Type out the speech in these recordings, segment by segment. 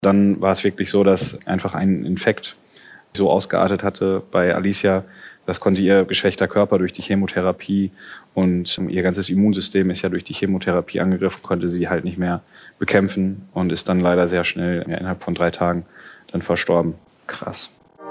Dann war es wirklich so, dass einfach ein Infekt so ausgeartet hatte bei Alicia. Das konnte ihr geschwächter Körper durch die Chemotherapie und ihr ganzes Immunsystem ist ja durch die Chemotherapie angegriffen, konnte sie halt nicht mehr bekämpfen und ist dann leider sehr schnell, innerhalb von 3 Tagen, dann verstorben. Krass.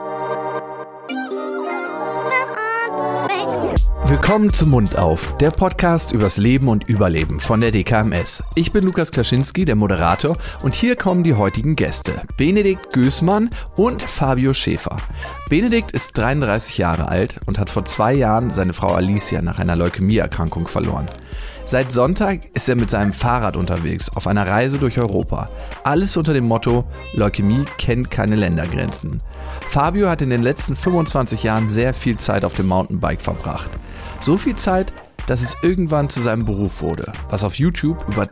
Willkommen zu Mund auf, der Podcast übers Leben und Überleben von der DKMS. Ich bin Lukas Klaschinski, der Moderator, und hier kommen die heutigen Gäste. Benedikt Gößmann und Fabio Schäfer. Benedikt ist 33 Jahre alt und hat vor 2 Jahren seine Frau Alicia nach einer Leukämieerkrankung verloren. Seit Sonntag ist er mit seinem Fahrrad unterwegs, auf einer Reise durch Europa. Alles unter dem Motto, Leukämie kennt keine Ländergrenzen. Fabio hat in den letzten 25 Jahren sehr viel Zeit auf dem Mountainbike verbracht. So viel Zeit, dass es irgendwann zu seinem Beruf wurde, was auf YouTube über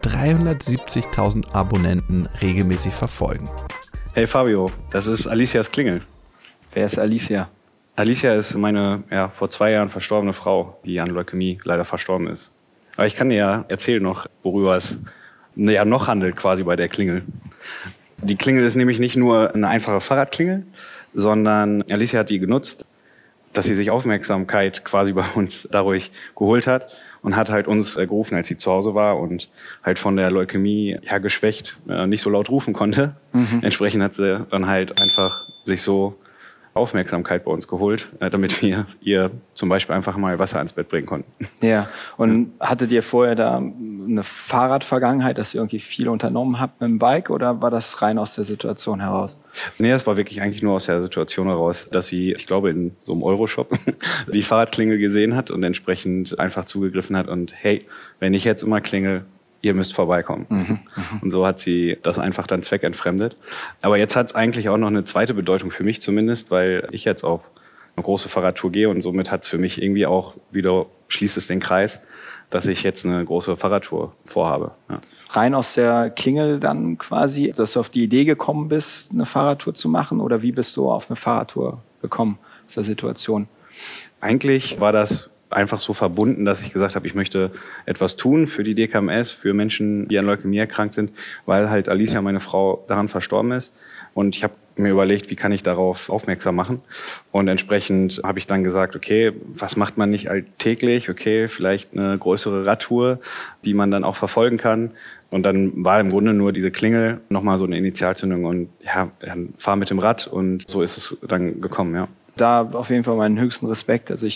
370.000 Abonnenten regelmäßig verfolgen. Hey Fabio, das ist Alicias Klingel. Wer ist Alicia? Alicia ist meine vor 2 Jahren verstorbene Frau, die an Leukämie leider verstorben ist. Aber ich kann dir ja erzählen noch, worüber es noch handelt quasi bei der Klingel. Die Klingel ist nämlich nicht nur eine einfache Fahrradklingel, sondern Alicia hat die genutzt, dass sie sich Aufmerksamkeit quasi bei uns dadurch geholt hat und hat halt uns gerufen, als sie zu Hause war und halt von der Leukämie geschwächt nicht so laut rufen konnte. Entsprechend hat sie dann halt einfach sich so Aufmerksamkeit bei uns geholt, damit wir ihr zum Beispiel einfach mal Wasser ans Bett bringen konnten. Ja, und hattet ihr vorher da eine Fahrradvergangenheit, dass ihr irgendwie viel unternommen habt mit dem Bike, oder war das rein aus der Situation heraus? Nee, das war wirklich eigentlich nur aus der Situation heraus, dass sie, ich glaube, in so einem Euroshop die Fahrradklingel gesehen hat und entsprechend einfach zugegriffen hat und hey, wenn ich jetzt immer klingel, ihr müsst vorbeikommen. Und so hat sie das einfach dann zweckentfremdet. Aber jetzt hat es eigentlich auch noch eine zweite Bedeutung für mich zumindest, weil ich jetzt auf eine große Fahrradtour gehe und somit hat es für mich irgendwie auch wieder, schließt es den Kreis, dass ich jetzt eine große Fahrradtour vorhabe. Ja. Rein aus der Klingel dann quasi, dass du auf die Idee gekommen bist, eine Fahrradtour zu machen, oder wie bist du auf eine Fahrradtour gekommen aus der Situation? Eigentlich war das einfach so verbunden, dass ich gesagt habe, ich möchte etwas tun für die DKMS, für Menschen, die an Leukämie erkrankt sind, weil halt Alicia, meine Frau, daran verstorben ist. Und ich habe mir überlegt, wie kann ich darauf aufmerksam machen? Und entsprechend habe ich dann gesagt, okay, was macht man nicht alltäglich? Okay, vielleicht eine größere Radtour, die man dann auch verfolgen kann. Und dann war im Grunde nur diese Klingel nochmal so eine Initialzündung und dann fahr mit dem Rad und so ist es dann gekommen, ja. Da auf jeden Fall meinen höchsten Respekt. Also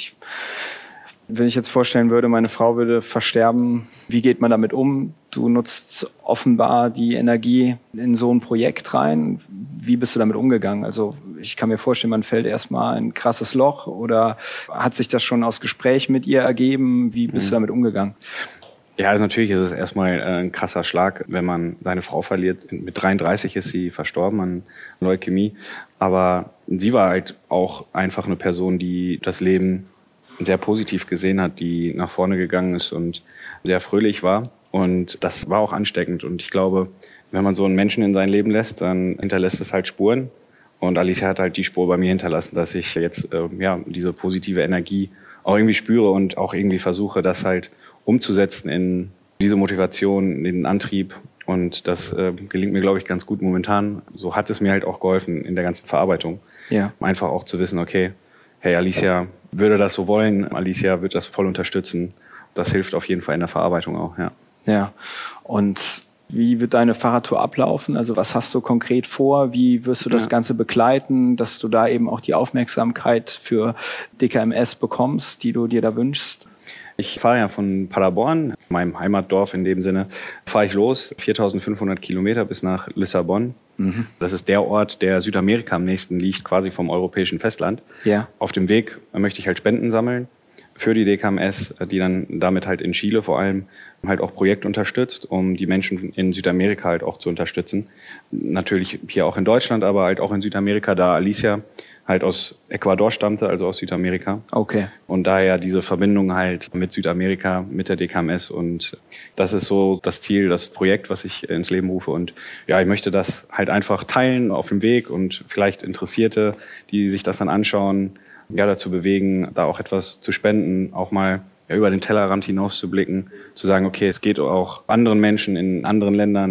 wenn ich jetzt vorstellen würde, meine Frau würde versterben, wie geht man damit um? Du nutzt offenbar die Energie in so ein Projekt rein. Wie bist du damit umgegangen? Also ich kann mir vorstellen, man fällt erstmal ein krasses Loch, oder hat sich das schon aus Gespräch mit ihr ergeben? Wie bist du damit umgegangen? Ja, also natürlich ist es erstmal ein krasser Schlag, wenn man seine Frau verliert. Mit 33 ist sie verstorben an Leukämie. Aber sie war halt auch einfach eine Person, die das Leben sehr positiv gesehen hat, die nach vorne gegangen ist und sehr fröhlich war. Und das war auch ansteckend. Und ich glaube, wenn man so einen Menschen in sein Leben lässt, dann hinterlässt es halt Spuren. Und Alicia hat halt die Spur bei mir hinterlassen, dass ich jetzt diese positive Energie auch irgendwie spüre und auch irgendwie versuche, das halt umzusetzen in diese Motivation, in den Antrieb. Und das gelingt mir, glaube ich, ganz gut momentan. So hat es mir halt auch geholfen in der ganzen Verarbeitung. Ja. Einfach auch zu wissen, okay, hey, Alicia würde das so wollen, Alicia wird das voll unterstützen. Das hilft auf jeden Fall in der Verarbeitung auch, ja. Ja, und wie wird deine Fahrradtour ablaufen? Also was hast du konkret vor? Wie wirst du das Ganze begleiten, dass du da eben auch die Aufmerksamkeit für DKMS bekommst, die du dir da wünschst? Ich fahre ja von Paderborn, meinem Heimatdorf in dem Sinne, fahre ich los, 4.500 Kilometer bis nach Lissabon. Das ist der Ort, der Südamerika am nächsten liegt, quasi vom europäischen Festland. Ja. Auf dem Weg möchte ich halt Spenden sammeln für die DKMS, die dann damit halt in Chile vor allem halt auch Projekt unterstützt, um die Menschen in Südamerika halt auch zu unterstützen. Natürlich hier auch in Deutschland, aber halt auch in Südamerika, da Alicia halt aus Ecuador stammte, also aus Südamerika. Okay. Und daher diese Verbindung halt mit Südamerika, mit der DKMS, und das ist so das Ziel, das Projekt, was ich ins Leben rufe. Und ja, ich möchte das halt einfach teilen auf dem Weg und vielleicht Interessierte, die sich das dann anschauen, dazu bewegen, da auch etwas zu spenden, auch mal über den Tellerrand hinaus zu blicken, zu sagen, okay, es geht auch anderen Menschen in anderen Ländern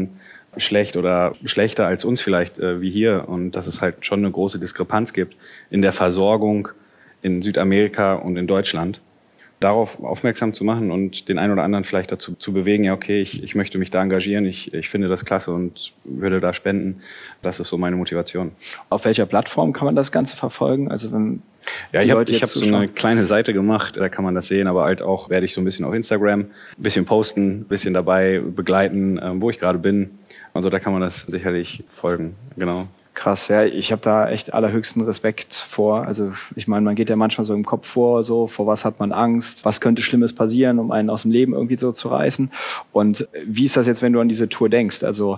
schlecht oder schlechter als uns vielleicht wie hier und dass es halt schon eine große Diskrepanz gibt in der Versorgung in Südamerika und in Deutschland. Darauf aufmerksam zu machen und den einen oder anderen vielleicht dazu zu bewegen, ja okay, ich möchte mich da engagieren, ich finde das klasse und würde da spenden. Das ist so meine Motivation. Auf welcher Plattform kann man das Ganze verfolgen? Also wenn ja, ich habe so eine kleine Seite gemacht, da kann man das sehen, aber halt auch werde ich so ein bisschen auf Instagram, ein bisschen posten, ein bisschen dabei begleiten, wo ich gerade bin. Also da kann man das sicherlich folgen, genau. Krass, ja, ich habe da echt allerhöchsten Respekt vor. Also ich meine, man geht ja manchmal so im Kopf vor was hat man Angst, was könnte Schlimmes passieren, um einen aus dem Leben irgendwie so zu reißen. Und wie ist das jetzt, wenn du an diese Tour denkst? Also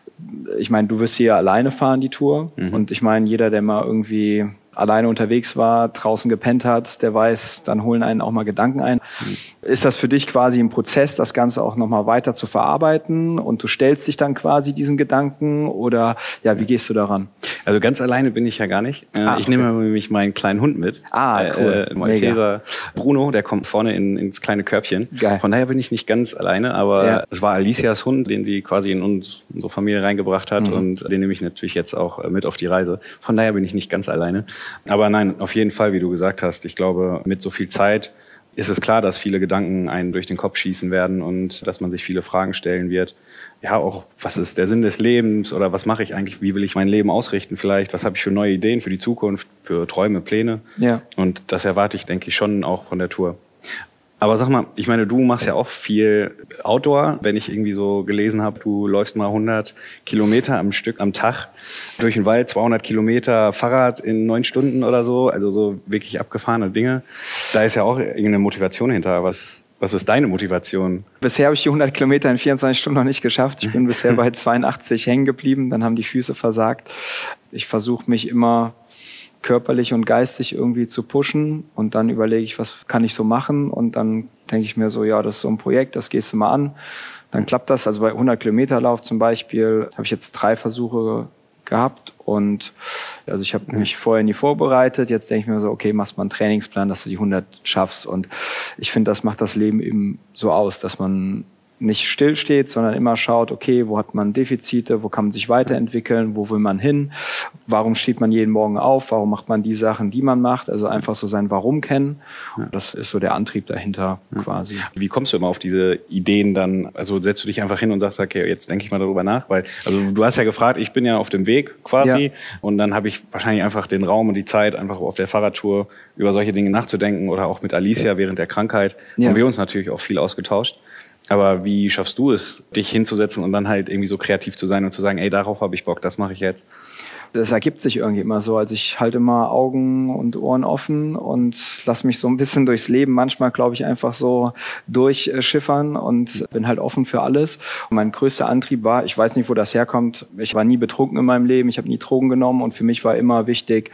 ich meine, du wirst hier alleine fahren, die Tour. Und ich meine, jeder, der mal irgendwie alleine unterwegs war, draußen gepennt hat, der weiß, dann holen einen auch mal Gedanken ein. Ist das für dich quasi ein Prozess, das Ganze auch nochmal weiter zu verarbeiten und du stellst dich dann quasi diesen Gedanken oder ja, wie gehst du daran? Also ganz alleine bin ich ja gar nicht. Ich nehme nämlich meinen kleinen Hund mit. Cool. Malteser Bruno, der kommt vorne ins kleine Körbchen. Geil. Von daher bin ich nicht ganz alleine, aber es war Alicias Hund, den sie quasi in unsere Familie reingebracht hat und den nehme ich natürlich jetzt auch mit auf die Reise. Von daher bin ich nicht ganz alleine. Aber nein, auf jeden Fall, wie du gesagt hast, ich glaube, mit so viel Zeit ist es klar, dass viele Gedanken einen durch den Kopf schießen werden und dass man sich viele Fragen stellen wird. Ja, auch, was ist der Sinn des Lebens oder was mache ich eigentlich, wie will ich mein Leben ausrichten vielleicht, was habe ich für neue Ideen für die Zukunft, für Träume, Pläne. Ja. Und das erwarte ich, denke ich, schon auch von der Tour. Aber sag mal, ich meine, du machst ja auch viel Outdoor. Wenn ich irgendwie so gelesen habe, du läufst mal 100 Kilometer am Stück am Tag durch den Wald, 200 Kilometer Fahrrad in 9 Stunden oder so. Also so wirklich abgefahrene Dinge. Da ist ja auch irgendeine Motivation hinter. Was ist deine Motivation? Bisher habe ich die 100 Kilometer in 24 Stunden noch nicht geschafft. Ich bin bisher bei 82 hängen geblieben. Dann haben die Füße versagt. Ich versuche mich immer körperlich und geistig irgendwie zu pushen und dann überlege ich, was kann ich so machen und dann denke ich mir so, ja, das ist so ein Projekt, das gehst du mal an, dann klappt das. Also bei 100 Kilometer Lauf zum Beispiel habe ich jetzt 3 Versuche gehabt und also ich habe mich vorher nie vorbereitet, jetzt denke ich mir so, okay, machst mal einen Trainingsplan, dass du die 100 schaffst und ich finde, das macht das Leben eben so aus, dass man nicht stillsteht, sondern immer schaut, okay, wo hat man Defizite, wo kann man sich weiterentwickeln, wo will man hin, warum steht man jeden Morgen auf, warum macht man die Sachen, die man macht, also einfach so sein Warum kennen. Das ist so der Antrieb dahinter quasi. Wie kommst du immer auf diese Ideen dann, also setzt du dich einfach hin und sagst, okay, jetzt denke ich mal darüber nach, weil, also du hast ja gefragt, ich bin ja auf dem Weg quasi und dann habe ich wahrscheinlich einfach den Raum und die Zeit, einfach auf der Fahrradtour über solche Dinge nachzudenken oder auch mit Alicia während der Krankheit haben wir uns natürlich auch viel ausgetauscht. Aber wie schaffst du es, dich hinzusetzen und dann halt irgendwie so kreativ zu sein und zu sagen, ey, darauf habe ich Bock, das mache ich jetzt? Das ergibt sich irgendwie immer so. Also ich halte immer Augen und Ohren offen und lasse mich so ein bisschen durchs Leben manchmal, glaube ich, einfach so durchschiffern und bin halt offen für alles. Und mein größter Antrieb war, ich weiß nicht, wo das herkommt, ich war nie betrunken in meinem Leben, ich habe nie Drogen genommen und für mich war immer wichtig,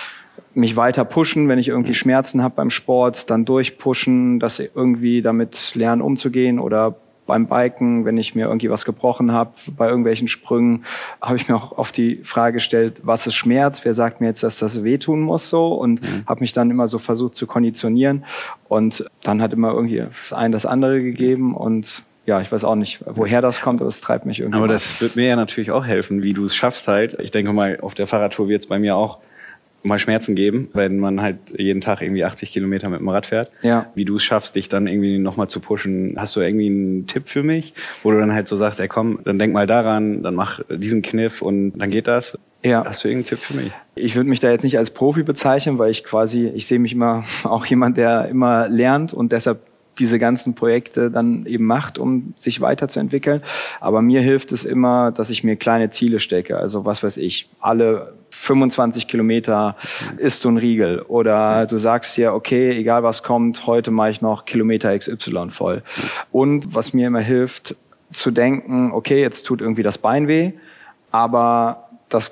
mich weiter pushen, wenn ich irgendwie Schmerzen habe beim Sport, dann durchpushen, dass irgendwie damit lernen umzugehen oder beim Biken, wenn ich mir irgendwie was gebrochen habe, bei irgendwelchen Sprüngen, habe ich mir auch oft die Frage gestellt, was ist Schmerz? Wer sagt mir jetzt, dass das wehtun muss so? Und habe mich dann immer so versucht zu konditionieren und dann hat immer irgendwie das eine das andere gegeben und ja, ich weiß auch nicht, woher das kommt, aber es treibt mich irgendwie. Aber das wird mir ja natürlich auch helfen, wie du es schaffst halt. Ich denke mal, auf der Fahrradtour wird es bei mir auch mal Schmerzen geben, wenn man halt jeden Tag irgendwie 80 Kilometer mit dem Rad fährt. Ja. Wie du es schaffst, dich dann irgendwie nochmal zu pushen. Hast du irgendwie einen Tipp für mich, wo du dann halt so sagst, ey komm, dann denk mal daran, dann mach diesen Kniff und dann geht das? Ja. Hast du irgendeinen Tipp für mich? Ich würde mich da jetzt nicht als Profi bezeichnen, weil ich sehe mich immer auch jemand, der immer lernt und deshalb diese ganzen Projekte dann eben macht, um sich weiterzuentwickeln. Aber mir hilft es immer, dass ich mir kleine Ziele stecke. Also was weiß ich, alle 25 Kilometer isst du ein Riegel. Oder du sagst dir, okay, egal was kommt, heute mache ich noch Kilometer XY voll. Und was mir immer hilft, zu denken, okay, jetzt tut irgendwie das Bein weh, aber das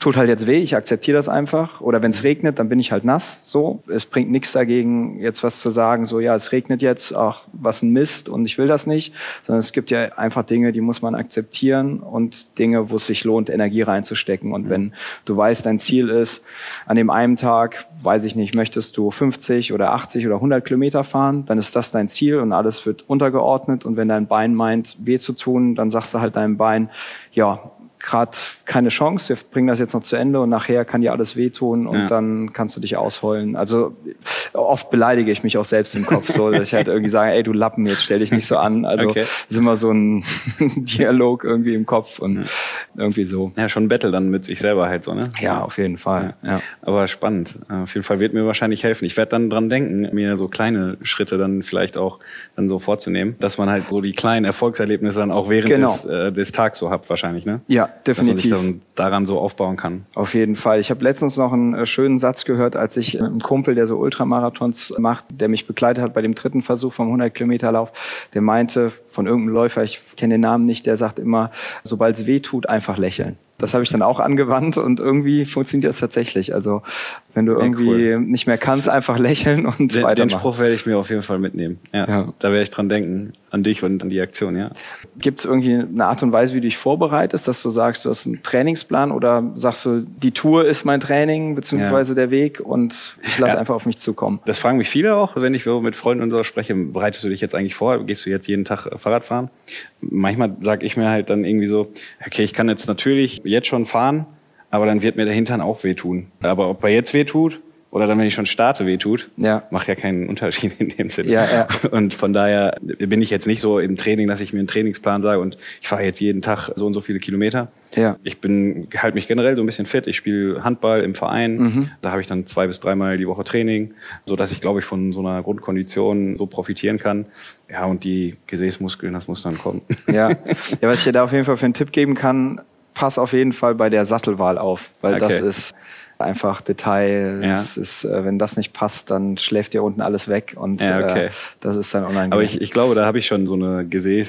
tut halt jetzt weh, ich akzeptiere das einfach. Oder wenn es regnet, dann bin ich halt nass. So, es bringt nichts dagegen, jetzt was zu sagen, so ja, es regnet jetzt, ach, was ein Mist und ich will das nicht. Sondern es gibt ja einfach Dinge, die muss man akzeptieren und Dinge, wo es sich lohnt, Energie reinzustecken. Und wenn du weißt, dein Ziel ist, an dem einen Tag, weiß ich nicht, möchtest du 50 oder 80 oder 100 Kilometer fahren, dann ist das dein Ziel und alles wird untergeordnet. Und wenn dein Bein meint, weh zu tun, dann sagst du halt deinem Bein, ja, gerade keine Chance, wir bringen das jetzt noch zu Ende und nachher kann dir alles wehtun und dann kannst du dich ausheulen. Also oft beleidige ich mich auch selbst im Kopf so, dass ich halt irgendwie sage, ey du Lappen, jetzt stell dich nicht so an. Also das ist immer so ein Dialog irgendwie im Kopf und irgendwie so. Ja, schon ein Battle dann mit sich selber halt so, ne? Ja, auf jeden Fall. Ja. Aber spannend. Auf jeden Fall wird mir wahrscheinlich helfen. Ich werde dann dran denken, mir so kleine Schritte dann vielleicht auch dann so vorzunehmen, dass man halt so die kleinen Erfolgserlebnisse dann auch während des Tags so hat wahrscheinlich, ne? Ja, definitiv. Dass man sich dann daran so aufbauen kann. Auf jeden Fall. Ich habe letztens noch einen schönen Satz gehört, als ich mit einem Kumpel, der so Ultramarathons macht, der mich begleitet hat bei dem 3. Versuch vom 100-Kilometer-Lauf, der meinte von irgendeinem Läufer, ich kenne den Namen nicht, der sagt immer, sobald es weh tut, einfach lächeln. Das habe ich dann auch angewandt und irgendwie funktioniert das tatsächlich. Also wenn du irgendwie nicht mehr kannst, einfach lächeln und weitermachen. Den Spruch werde ich mir auf jeden Fall mitnehmen. Ja. Da werde ich dran denken, an dich und an die Aktion, ja. Gibt es irgendwie eine Art und Weise, wie du dich vorbereitest, dass du sagst, du hast einen Trainingsplan oder sagst du, die Tour ist mein Training beziehungsweise der Weg und ich lasse einfach auf mich zukommen? Das fragen mich viele auch, wenn ich mit Freunden und so spreche. Bereitest du dich jetzt eigentlich vor? Gehst du jetzt jeden Tag Fahrrad fahren? Manchmal sage ich mir halt dann irgendwie so, okay, ich kann jetzt natürlich jetzt schon fahren, aber dann wird mir der Hintern auch wehtun. Aber ob er jetzt wehtut oder dann, wenn ich schon starte, wehtut, macht ja keinen Unterschied in dem Sinne. Ja. Und von daher bin ich jetzt nicht so im Training, dass ich mir einen Trainingsplan sage und ich fahre jetzt jeden Tag so und so viele Kilometer. Ja. Ich halte mich generell so ein bisschen fit. Ich spiele Handball im Verein. Da habe ich dann 2 bis 3 Mal die Woche Training, so dass ich, glaube ich, von so einer Grundkondition so profitieren kann. Ja, und die Gesäßmuskeln, das muss dann kommen. Ja, was ich dir da auf jeden Fall für einen Tipp geben kann, pass auf jeden Fall bei der Sattelwahl auf, weil das ist einfach Detail. Ja. Das ist, wenn das nicht passt, dann schläft dir unten alles weg und das ist dann unangenehm. Aber ich glaube, da habe ich schon so eine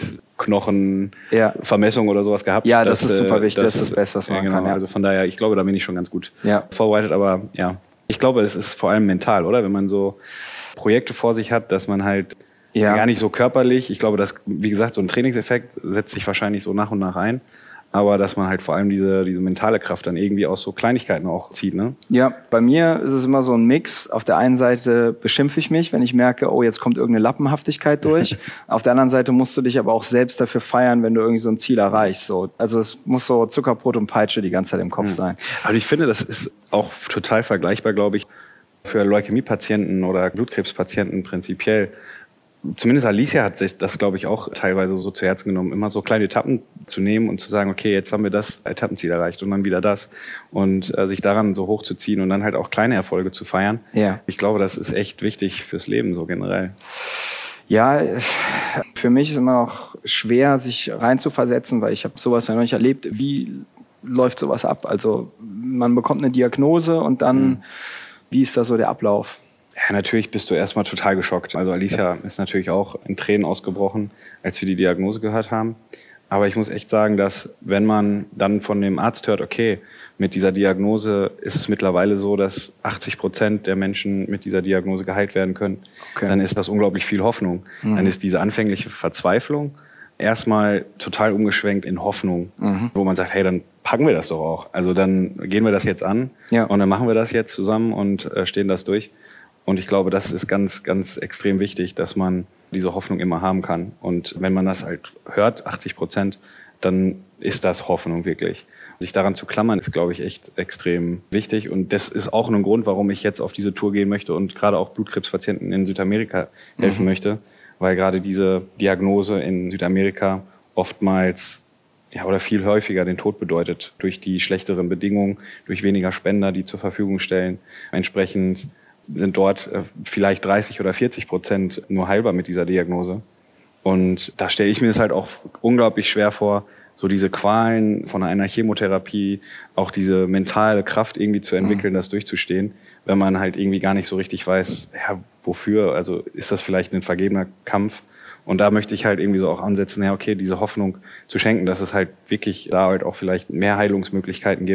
Gesäßknochenvermessung oder sowas gehabt. Ja, das ist super wichtig. Das ist das Beste, was man kann. Ja. Also von daher, ich glaube, da bin ich schon ganz gut vorbereitet. Aber ja, ich glaube, es ist vor allem mental, oder? Wenn man so Projekte vor sich hat, dass man halt gar nicht so körperlich, ich glaube, dass, wie gesagt, so ein Trainingseffekt setzt sich wahrscheinlich so nach und nach ein. Aber dass man halt vor allem diese mentale Kraft dann irgendwie aus so Kleinigkeiten auch zieht, ne? Ja, bei mir ist es immer so ein Mix. Auf der einen Seite beschimpfe ich mich, wenn ich merke, oh, jetzt kommt irgendeine Lappenhaftigkeit durch. Auf der anderen Seite musst du dich aber auch selbst dafür feiern, wenn du irgendwie so ein Ziel erreichst. So. Also es muss so Zuckerbrot und Peitsche die ganze Zeit im Kopf sein. Also ich finde, das ist auch total vergleichbar, glaube ich, für Leukämiepatienten oder Blutkrebspatienten prinzipiell. Zumindest Alicia hat sich das, glaube ich, auch teilweise so zu Herzen genommen, immer so kleine Etappen zu nehmen und zu sagen, okay, jetzt haben wir das Etappenziel erreicht und dann wieder das und sich daran so hochzuziehen und dann halt auch kleine Erfolge zu feiern. Ja. Ich glaube, das ist echt wichtig fürs Leben so generell. Ja, für mich ist immer noch schwer, sich reinzuversetzen, weil ich habe sowas ja noch nicht erlebt. Wie läuft sowas ab? Also man bekommt eine Diagnose und dann, wie ist da so der Ablauf? Ja, natürlich bist du erstmal total geschockt. Also Alicia ist natürlich auch in Tränen ausgebrochen, als wir die Diagnose gehört haben. Aber ich muss echt sagen, dass wenn man dann von dem Arzt hört, okay, mit dieser Diagnose ist es mittlerweile so, dass 80% der Menschen mit dieser Diagnose geheilt werden können, dann ist das unglaublich viel Hoffnung. Dann ist diese anfängliche Verzweiflung erstmal total umgeschwenkt in Hoffnung, wo man sagt, hey, dann packen wir das doch auch. Also dann gehen wir das jetzt an und dann machen wir das jetzt zusammen und stehen das durch. Und ich glaube, das ist ganz, ganz extrem wichtig, dass man diese Hoffnung immer haben kann. Und wenn man das halt hört, 80%, dann ist das Hoffnung wirklich. Sich daran zu klammern, ist, glaube ich, echt extrem wichtig. Und das ist auch ein Grund, warum ich jetzt auf diese Tour gehen möchte und gerade auch Blutkrebspatienten in Südamerika helfen möchte. Weil gerade diese Diagnose in Südamerika oftmals oder viel häufiger den Tod bedeutet. Durch die schlechteren Bedingungen, durch weniger Spender, die zur Verfügung stellen. Entsprechend sind dort vielleicht 30 oder 40% nur heilbar mit dieser Diagnose. Und da stelle ich mir das halt auch unglaublich schwer vor, so diese Qualen von einer Chemotherapie, auch diese mentale Kraft irgendwie zu entwickeln, das durchzustehen, wenn man halt irgendwie gar nicht so richtig weiß, wofür, also ist das vielleicht ein vergebener Kampf? Und da möchte ich halt irgendwie so auch ansetzen, okay, diese Hoffnung zu schenken, dass es halt wirklich da halt auch vielleicht mehr Heilungsmöglichkeiten gibt,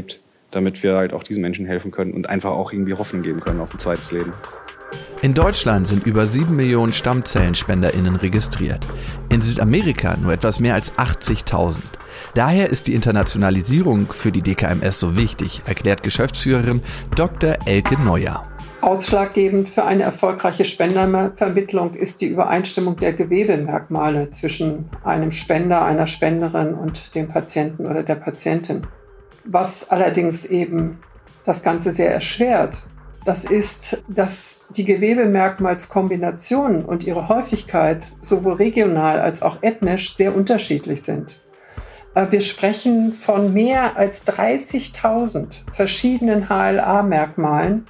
damit wir halt auch diesen Menschen helfen können und einfach auch irgendwie Hoffnung geben können auf ein zweites Leben. In Deutschland sind über 7 Millionen StammzellenspenderInnen registriert. In Südamerika nur etwas mehr als 80.000. Daher ist die Internationalisierung für die DKMS so wichtig, erklärt Geschäftsführerin Dr. Elke Neuer. Ausschlaggebend für eine erfolgreiche Spendervermittlung ist die Übereinstimmung der Gewebemerkmale zwischen einem Spender, einer Spenderin und dem Patienten oder der Patientin. Was allerdings eben das Ganze sehr erschwert, das ist, dass die Gewebemerkmalskombinationen und ihre Häufigkeit sowohl regional als auch ethnisch sehr unterschiedlich sind. Wir sprechen von mehr als 30.000 verschiedenen HLA-Merkmalen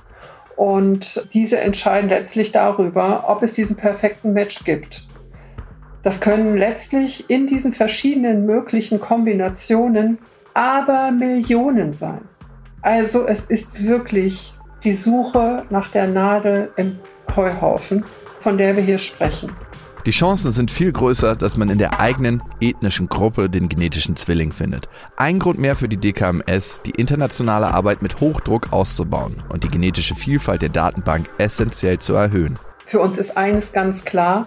und diese entscheiden letztlich darüber, ob es diesen perfekten Match gibt. Das können letztlich in diesen verschiedenen möglichen Kombinationen aber Millionen sein. Also es ist wirklich die Suche nach der Nadel im Heuhaufen, von der wir hier sprechen. Die Chancen sind viel größer, dass man in der eigenen ethnischen Gruppe den genetischen Zwilling findet. Ein Grund mehr für die DKMS, die internationale Arbeit mit Hochdruck auszubauen und die genetische Vielfalt der Datenbank essentiell zu erhöhen. Für uns ist eines ganz klar,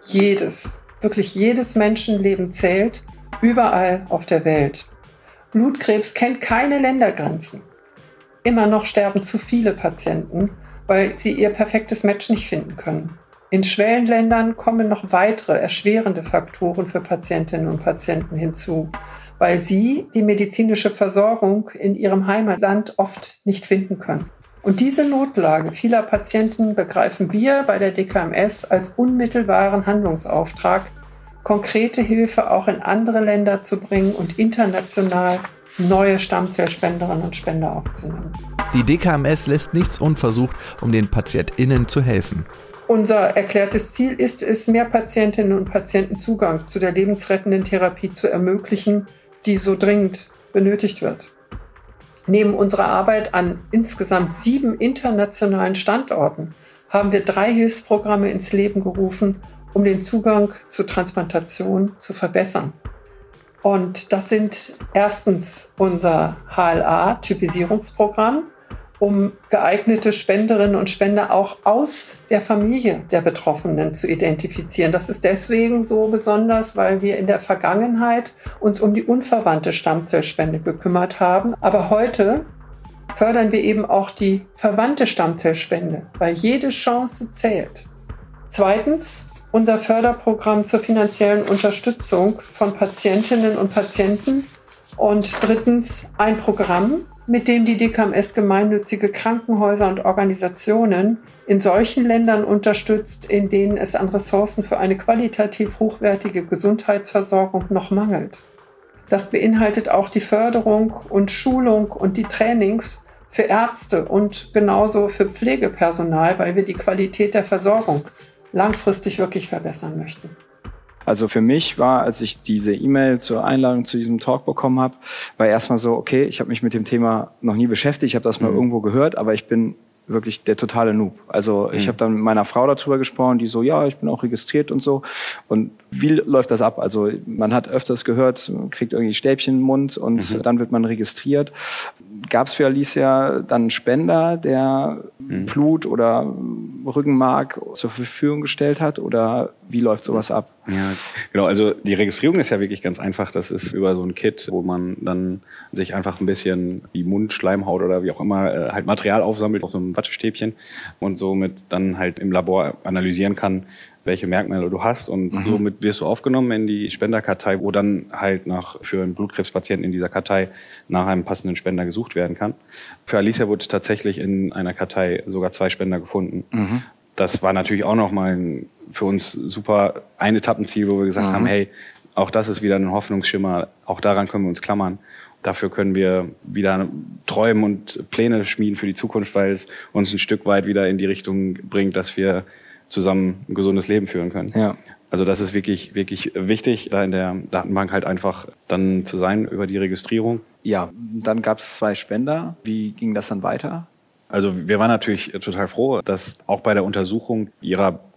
wirklich jedes Menschenleben zählt, überall auf der Welt. Blutkrebs kennt keine Ländergrenzen. Immer noch sterben zu viele Patienten, weil sie ihr perfektes Match nicht finden können. In Schwellenländern kommen noch weitere erschwerende Faktoren für Patientinnen und Patienten hinzu, weil sie die medizinische Versorgung in ihrem Heimatland oft nicht finden können. Und diese Notlage vieler Patienten begreifen wir bei der DKMS als unmittelbaren Handlungsauftrag, konkrete Hilfe auch in andere Länder zu bringen und international neue Stammzellspenderinnen und Spender aufzunehmen. Die DKMS lässt nichts unversucht, um den PatientInnen zu helfen. Unser erklärtes Ziel ist es, mehr Patientinnen und Patienten Zugang zu der lebensrettenden Therapie zu ermöglichen, die so dringend benötigt wird. Neben unserer Arbeit an insgesamt 7 internationalen Standorten haben wir 3 Hilfsprogramme ins Leben gerufen, um den Zugang zur Transplantation zu verbessern. Und das sind erstens unser HLA-Typisierungsprogramm, um geeignete Spenderinnen und Spender auch aus der Familie der Betroffenen zu identifizieren. Das ist deswegen so besonders, weil wir in der Vergangenheit uns um die unverwandte Stammzellspende gekümmert haben. Aber heute fördern wir eben auch die verwandte Stammzellspende, weil jede Chance zählt. Zweitens, unser Förderprogramm zur finanziellen Unterstützung von Patientinnen und Patienten. Und drittens, ein Programm, mit dem die DKMS gemeinnützige Krankenhäuser und Organisationen in solchen Ländern unterstützt, in denen es an Ressourcen für eine qualitativ hochwertige Gesundheitsversorgung noch mangelt. Das beinhaltet auch die Förderung und Schulung und die Trainings für Ärzte und genauso für Pflegepersonal, weil wir die Qualität der Versorgung langfristig wirklich verbessern möchten. Also für mich war, als ich diese E-Mail zur Einladung zu diesem Talk bekommen habe, war erstmal so, okay, ich habe mich mit dem Thema noch nie beschäftigt, ich habe das mal irgendwo gehört, aber ich bin wirklich der totale Noob. Also ich habe dann mit meiner Frau darüber gesprochen, die so, ja, ich bin auch registriert und so. Und wie läuft das ab? Also man hat öfters gehört, man kriegt irgendwie Stäbchen im Mund und dann wird man registriert. Gab es für Alicia dann einen Spender, der Blut oder Rückenmark zur Verfügung gestellt hat? Oder wie läuft sowas ab? Ja, genau. Also die Registrierung ist ja wirklich ganz einfach. Das ist über so ein Kit, wo man dann sich einfach ein bisschen die Mundschleimhaut oder wie auch immer halt Material aufsammelt auf so einem Wattestäbchen und somit dann halt im Labor analysieren kann, welche Merkmale du hast. Und somit wirst du aufgenommen in die Spenderkartei, wo dann halt für einen Blutkrebspatienten in dieser Kartei nach einem passenden Spender gesucht werden kann. Für Alicia wurde tatsächlich in einer Kartei sogar 2 Spender gefunden. Das war natürlich auch nochmal für uns super ein Etappenziel, wo wir gesagt haben, hey, auch das ist wieder ein Hoffnungsschimmer, auch daran können wir uns klammern. Dafür können wir wieder träumen und Pläne schmieden für die Zukunft, weil es uns ein Stück weit wieder in die Richtung bringt, dass wir zusammen ein gesundes Leben führen können. Ja. Also das ist wirklich, wirklich wichtig, da in der Datenbank halt einfach dann zu sein über die Registrierung. Ja, dann gab es 2 Spender. Wie ging das dann weiter? Also wir waren natürlich total froh, dass auch bei der Untersuchung ihrer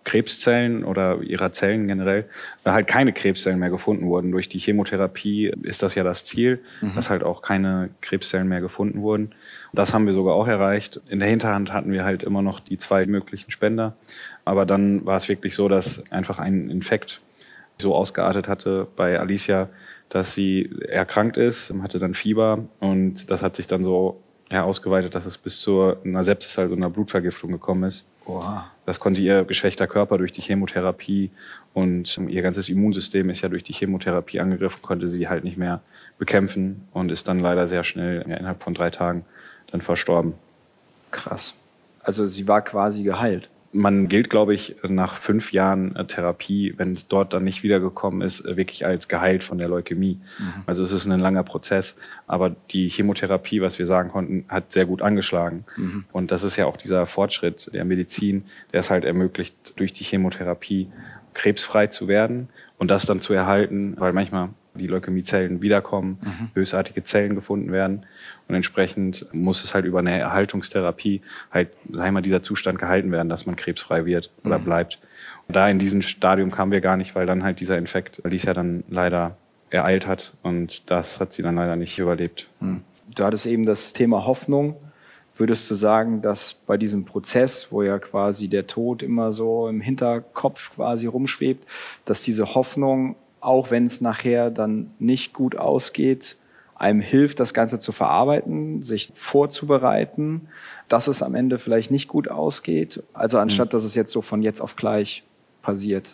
Krebszellen oder ihrer Zellen generell halt keine Krebszellen mehr gefunden wurden. Durch die Chemotherapie ist das ja das Ziel, dass halt auch keine Krebszellen mehr gefunden wurden. Das haben wir sogar auch erreicht. In der Hinterhand hatten wir halt immer noch die 2 möglichen Spender. Aber dann war es wirklich so, dass einfach ein Infekt so ausgeartet hatte bei Alicia, dass sie erkrankt ist, hatte dann Fieber und das hat sich dann so ausgeweitet, dass es bis zu einer Sepsis, also einer Blutvergiftung gekommen ist. Oha. Das konnte ihr geschwächter Körper durch die Chemotherapie und ihr ganzes Immunsystem ist ja durch die Chemotherapie angegriffen, konnte sie halt nicht mehr bekämpfen und ist dann leider sehr schnell, innerhalb von 3 Tagen, dann verstorben. Krass. Also sie war quasi geheilt. Man gilt, glaube ich, nach 5 Jahren Therapie, wenn es dort dann nicht wiedergekommen ist, wirklich als geheilt von der Leukämie. Also es ist ein langer Prozess, aber die Chemotherapie, was wir sagen konnten, hat sehr gut angeschlagen. Und das ist ja auch dieser Fortschritt der Medizin, der es halt ermöglicht, durch die Chemotherapie krebsfrei zu werden und das dann zu erhalten, weil manchmal die Leukämiezellen wiederkommen, bösartige Zellen gefunden werden. Und entsprechend muss es halt über eine Erhaltungstherapie halt, sag ich mal, dieser Zustand gehalten werden, dass man krebsfrei wird oder bleibt. Und da in diesem Stadium kamen wir gar nicht, weil dann halt dieser Infekt Alicia dann leider ereilt hat und das hat sie dann leider nicht überlebt. Du hattest eben das Thema Hoffnung. Würdest du sagen, dass bei diesem Prozess, wo ja quasi der Tod immer so im Hinterkopf quasi rumschwebt, dass diese Hoffnung, auch wenn es nachher dann nicht gut ausgeht, einem hilft, das Ganze zu verarbeiten, sich vorzubereiten, dass es am Ende vielleicht nicht gut ausgeht, also anstatt, dass es jetzt so von jetzt auf gleich passiert?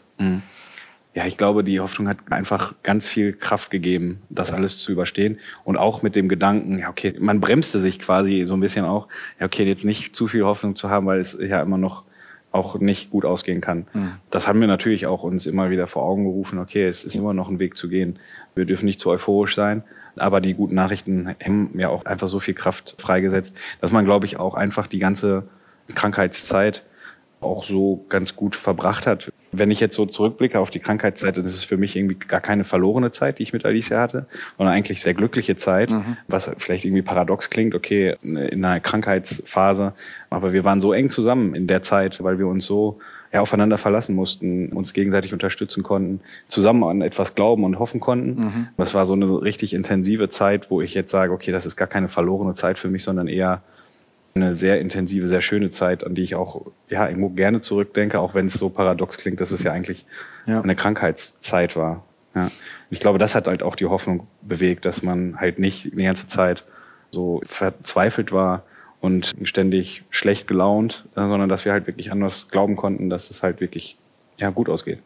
Ja, ich glaube, die Hoffnung hat einfach ganz viel Kraft gegeben, das alles zu überstehen. Und auch mit dem Gedanken, ja okay, man bremste sich quasi so ein bisschen auch, ja okay, jetzt nicht zu viel Hoffnung zu haben, weil es ja immer noch auch nicht gut ausgehen kann. Das haben wir natürlich auch uns immer wieder vor Augen gerufen, okay, es ist immer noch ein Weg zu gehen. Wir dürfen nicht zu euphorisch sein, aber die guten Nachrichten haben ja auch einfach so viel Kraft freigesetzt, dass man, glaube ich, auch einfach die ganze Krankheitszeit auch so ganz gut verbracht hat. Wenn ich jetzt so zurückblicke auf die Krankheitszeit, dann ist es für mich irgendwie gar keine verlorene Zeit, die ich mit Alicia hatte, sondern eigentlich sehr glückliche Zeit, was vielleicht irgendwie paradox klingt, okay, in einer Krankheitsphase, aber wir waren so eng zusammen in der Zeit, weil wir uns so aufeinander verlassen mussten, uns gegenseitig unterstützen konnten, zusammen an etwas glauben und hoffen konnten. Das war so eine richtig intensive Zeit, wo ich jetzt sage, okay, das ist gar keine verlorene Zeit für mich, sondern eher eine sehr intensive, sehr schöne Zeit, an die ich auch irgendwo gerne zurückdenke, auch wenn es so paradox klingt, dass es ja eigentlich eine Krankheitszeit war. Ja. Und ich glaube, das hat halt auch die Hoffnung bewegt, dass man halt nicht die ganze Zeit so verzweifelt war und ständig schlecht gelaunt, sondern dass wir halt wirklich anders glauben konnten, dass es halt wirklich gut ausgeht.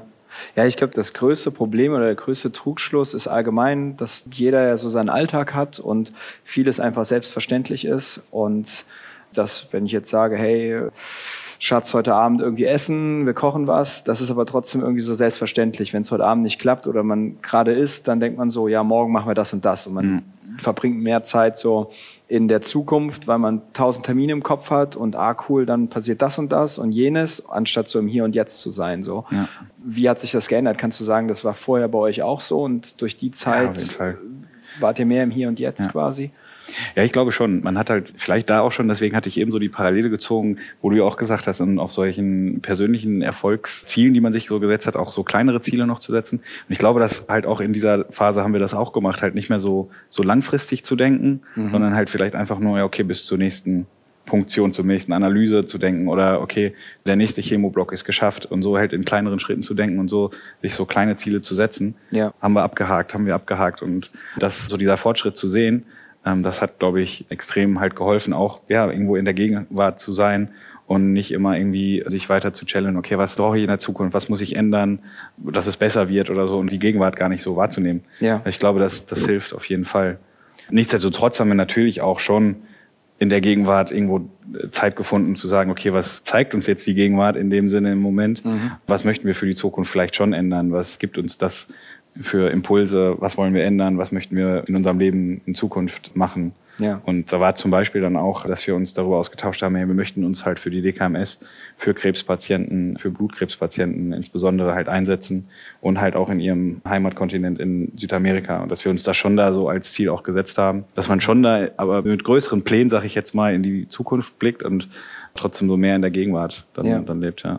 Ja, ich glaube, das größte Problem oder der größte Trugschluss ist allgemein, dass jeder ja so seinen Alltag hat und vieles einfach selbstverständlich ist. Und dass, wenn ich jetzt sage, hey, Schatz, heute Abend irgendwie essen, wir kochen was, das ist aber trotzdem irgendwie so selbstverständlich. Wenn es heute Abend nicht klappt oder man gerade isst, dann denkt man so, ja, morgen machen wir das und das. Und man verbringt mehr Zeit so in der Zukunft, weil man 1000 Termine im Kopf hat und cool, dann passiert das und das und jenes, anstatt so im Hier und Jetzt zu sein. So. Ja. Wie hat sich das geändert? Kannst du sagen, das war vorher bei euch auch so und durch die Zeit wart ihr mehr im Hier und Jetzt quasi? Ja, ich glaube schon. Man hat halt vielleicht da auch schon, deswegen hatte ich eben so die Parallele gezogen, wo du ja auch gesagt hast, auf solchen persönlichen Erfolgszielen, die man sich so gesetzt hat, auch so kleinere Ziele noch zu setzen. Und ich glaube, dass halt auch in dieser Phase haben wir das auch gemacht, halt nicht mehr so langfristig zu denken, sondern halt vielleicht einfach nur, okay, bis zur nächsten Punktion, zur nächsten Analyse zu denken oder okay, der nächste Chemoblock ist geschafft und so halt in kleineren Schritten zu denken und so sich so kleine Ziele zu setzen. Ja. Haben wir abgehakt und das so dieser Fortschritt zu sehen, das hat, glaube ich, extrem halt geholfen, auch irgendwo in der Gegenwart zu sein und nicht immer irgendwie sich weiter zu challengen, okay, was brauche ich in der Zukunft, was muss ich ändern, dass es besser wird oder so und die Gegenwart gar nicht so wahrzunehmen. Ja. Ich glaube, das hilft auf jeden Fall. Nichtsdestotrotz haben wir natürlich auch schon in der Gegenwart irgendwo Zeit gefunden zu sagen, okay, was zeigt uns jetzt die Gegenwart in dem Sinne im Moment? Was möchten wir für die Zukunft vielleicht schon ändern? Was gibt uns das für Impulse, was wollen wir ändern, was möchten wir in unserem Leben in Zukunft machen. Ja. Und da war zum Beispiel dann auch, dass wir uns darüber ausgetauscht haben, wir möchten uns halt für die DKMS, für Krebspatienten, für Blutkrebspatienten insbesondere halt einsetzen und halt auch in ihrem Heimatkontinent in Südamerika. Und dass wir uns da schon so als Ziel auch gesetzt haben, dass man schon da aber mit größeren Plänen, sag ich jetzt mal, in die Zukunft blickt und trotzdem so mehr in der Gegenwart dann lebt, ja.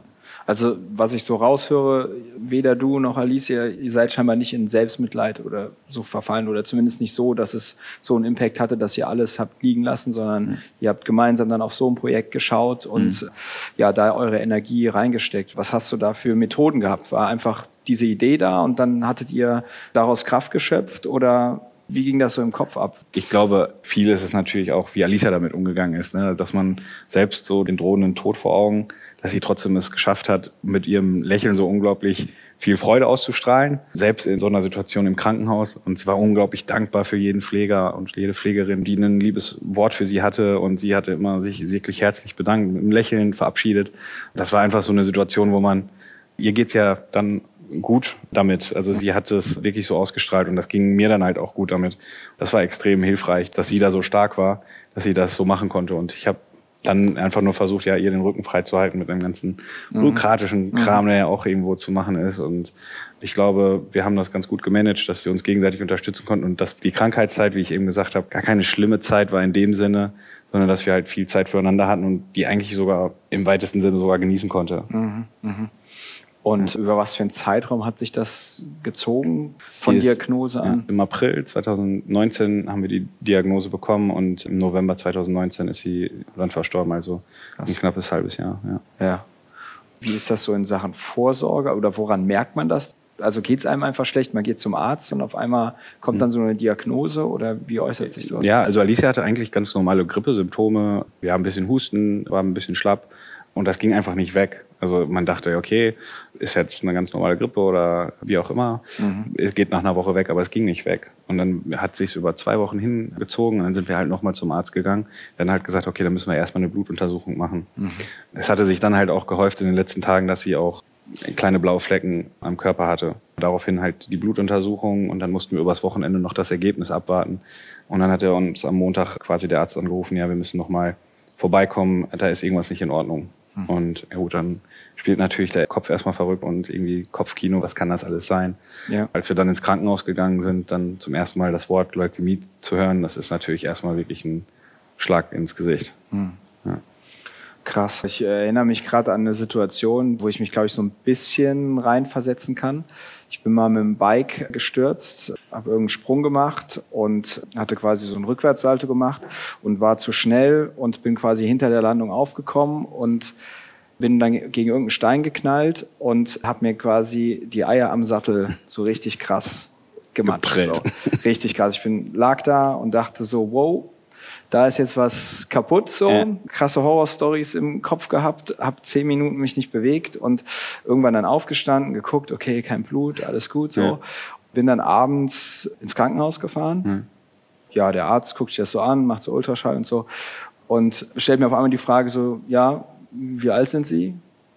Also was ich so raushöre, weder du noch Alicia, ihr seid scheinbar nicht in Selbstmitleid oder so verfallen oder zumindest nicht so, dass es so einen Impact hatte, dass ihr alles habt liegen lassen, sondern ihr habt gemeinsam dann auf so ein Projekt geschaut und ja, da eure Energie reingesteckt. Was hast du da für Methoden gehabt? War einfach diese Idee da und dann hattet ihr daraus Kraft geschöpft oder wie ging das so im Kopf ab? Ich glaube, vieles ist natürlich auch, wie Alicia damit umgegangen ist, ne? Dass man selbst so den drohenden Tod vor Augen, dass sie trotzdem es geschafft hat, mit ihrem Lächeln so unglaublich viel Freude auszustrahlen, selbst in so einer Situation im Krankenhaus. Und sie war unglaublich dankbar für jeden Pfleger und jede Pflegerin, die ein liebes Wort für sie hatte. Und sie hatte immer sich wirklich herzlich bedankt, mit einem Lächeln verabschiedet. Das war einfach so eine Situation, wo ihr geht's ja dann gut damit. Also sie hat es wirklich so ausgestrahlt und das ging mir dann halt auch gut damit. Das war extrem hilfreich, dass sie da so stark war, dass sie das so machen konnte. Und ich habe dann einfach nur versucht, ja, ihr den Rücken frei zu halten mit dem ganzen bürokratischen Kram, der ja auch irgendwo zu machen ist. Und ich glaube, wir haben das ganz gut gemanagt, dass wir uns gegenseitig unterstützen konnten und dass die Krankheitszeit, wie ich eben gesagt habe, gar keine schlimme Zeit war in dem Sinne, sondern dass wir halt viel Zeit füreinander hatten und die eigentlich sogar im weitesten Sinne sogar genießen konnte. Und über was für einen Zeitraum hat sich das gezogen von Diagnose an? Im April 2019 haben wir die Diagnose bekommen und im November 2019 ist sie dann verstorben, also ein knappes halbes Jahr. Ja. Wie ist das so in Sachen Vorsorge oder woran merkt man das? Also geht es einem einfach schlecht, man geht zum Arzt und auf einmal kommt dann so eine Diagnose oder wie äußert sich sowas? Ja, also Alicia hatte eigentlich ganz normale Grippesymptome. Wir haben ein bisschen Husten, war ein bisschen schlapp und das ging einfach nicht weg. Also man dachte, okay, ist jetzt eine ganz normale Grippe oder wie auch immer. Es geht nach einer Woche weg, aber es ging nicht weg. Und dann hat es sich über 2 Wochen hingezogen und dann sind wir halt nochmal zum Arzt gegangen. Dann halt gesagt, okay, dann müssen wir erstmal eine Blutuntersuchung machen. Es hatte sich dann halt auch gehäuft in den letzten Tagen, dass sie auch kleine blaue Flecken am Körper hatte. Daraufhin halt die Blutuntersuchung und dann mussten wir übers Wochenende noch das Ergebnis abwarten. Und dann hat er uns am Montag quasi der Arzt angerufen, ja, wir müssen nochmal vorbeikommen, da ist irgendwas nicht in Ordnung. Und ja gut, dann spielt natürlich der Kopf erstmal verrückt und irgendwie Kopfkino, was kann das alles sein? Ja. Als wir dann ins Krankenhaus gegangen sind, dann zum ersten Mal das Wort Leukämie zu hören, das ist natürlich erstmal wirklich ein Schlag ins Gesicht. Ja. Krass. Ich erinnere mich gerade an eine Situation, wo ich mich, glaube ich, so ein bisschen reinversetzen kann. Ich bin mal mit dem Bike gestürzt, habe irgendeinen Sprung gemacht und hatte quasi so einen Rückwärtssalto gemacht und war zu schnell und bin quasi hinter der Landung aufgekommen und bin dann gegen irgendeinen Stein geknallt und habe mir quasi die Eier am Sattel so richtig krass gematscht. So. Richtig krass. Ich lag da und dachte so, wow, da ist jetzt was kaputt, so. Krasse Horrorstories im Kopf gehabt, habe 10 Minuten mich nicht bewegt und irgendwann dann aufgestanden, geguckt, okay, kein Blut, alles gut, so. Ja. Bin dann abends ins Krankenhaus gefahren. Ja, der Arzt guckt sich das so an, macht so Ultraschall und so und stellt mir auf einmal die Frage so, ja, wie alt sind Sie?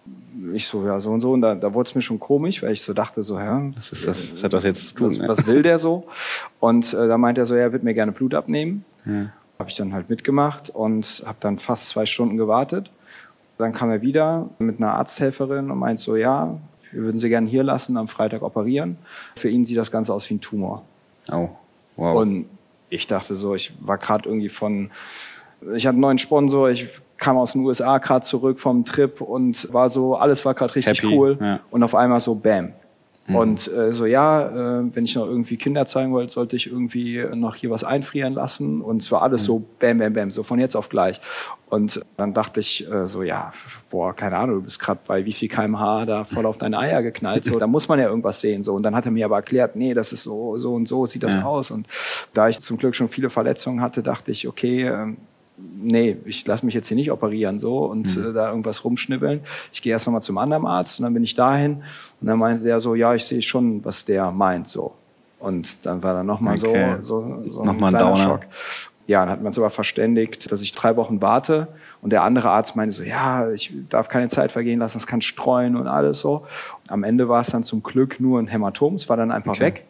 Ich so, ja, so und so. Und da wurde es mir schon komisch, weil ich so dachte, so, ja, was hat das jetzt zu tun? Was will der so? Und da meinte er so, er wird mir gerne Blut abnehmen. Ja. Habe ich dann halt mitgemacht und habe dann fast 2 Stunden gewartet. Dann kam er wieder mit einer Arzthelferin und meint so, ja, wir würden Sie gerne hier lassen, am Freitag operieren. Für ihn sieht das Ganze aus wie ein Tumor. Oh, wow. Und ich dachte so, ich war gerade irgendwie ich hatte einen neuen Sponsor, ich kam aus den USA gerade zurück vom Trip und war so, alles war gerade richtig happy, cool. Ja. Und auf einmal so, bam. Und so, ja, wenn ich noch irgendwie Kinder zeigen wollte, sollte ich irgendwie noch hier was einfrieren lassen. Und es war alles so bam, bam, bam, so von jetzt auf gleich. Und dann dachte ich so, ja, boah, keine Ahnung, du bist gerade bei wie viel kmh da voll auf deine Eier geknallt. So, da muss man ja irgendwas sehen. So. Und dann hat er mir aber erklärt, nee, das ist so und so sieht das aus. Und da ich zum Glück schon viele Verletzungen hatte, dachte ich, okay, nee, ich lasse mich jetzt hier nicht operieren so und da irgendwas rumschnibbeln. Ich gehe erst nochmal zum anderen Arzt und dann bin ich dahin und dann meinte der so, ja, ich sehe schon, was der meint so. Und dann war dann nochmal so ein kleiner Schock. Ja, dann hat man uns aber verständigt, dass ich 3 Wochen warte und der andere Arzt meinte so, ja, ich darf keine Zeit vergehen lassen, das kann streuen und alles so. Am Ende war es dann zum Glück nur ein Hämatom, es war dann einfach weg.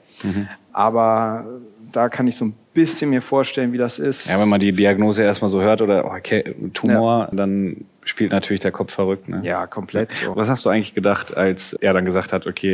Aber da kann ich so ein bisschen mir vorstellen, wie das ist. Ja, wenn man die Diagnose erstmal so hört oder okay, Tumor, dann spielt natürlich der Kopf verrückt. Ne? Ja, komplett. So. Was hast du eigentlich gedacht, als er dann gesagt hat, okay,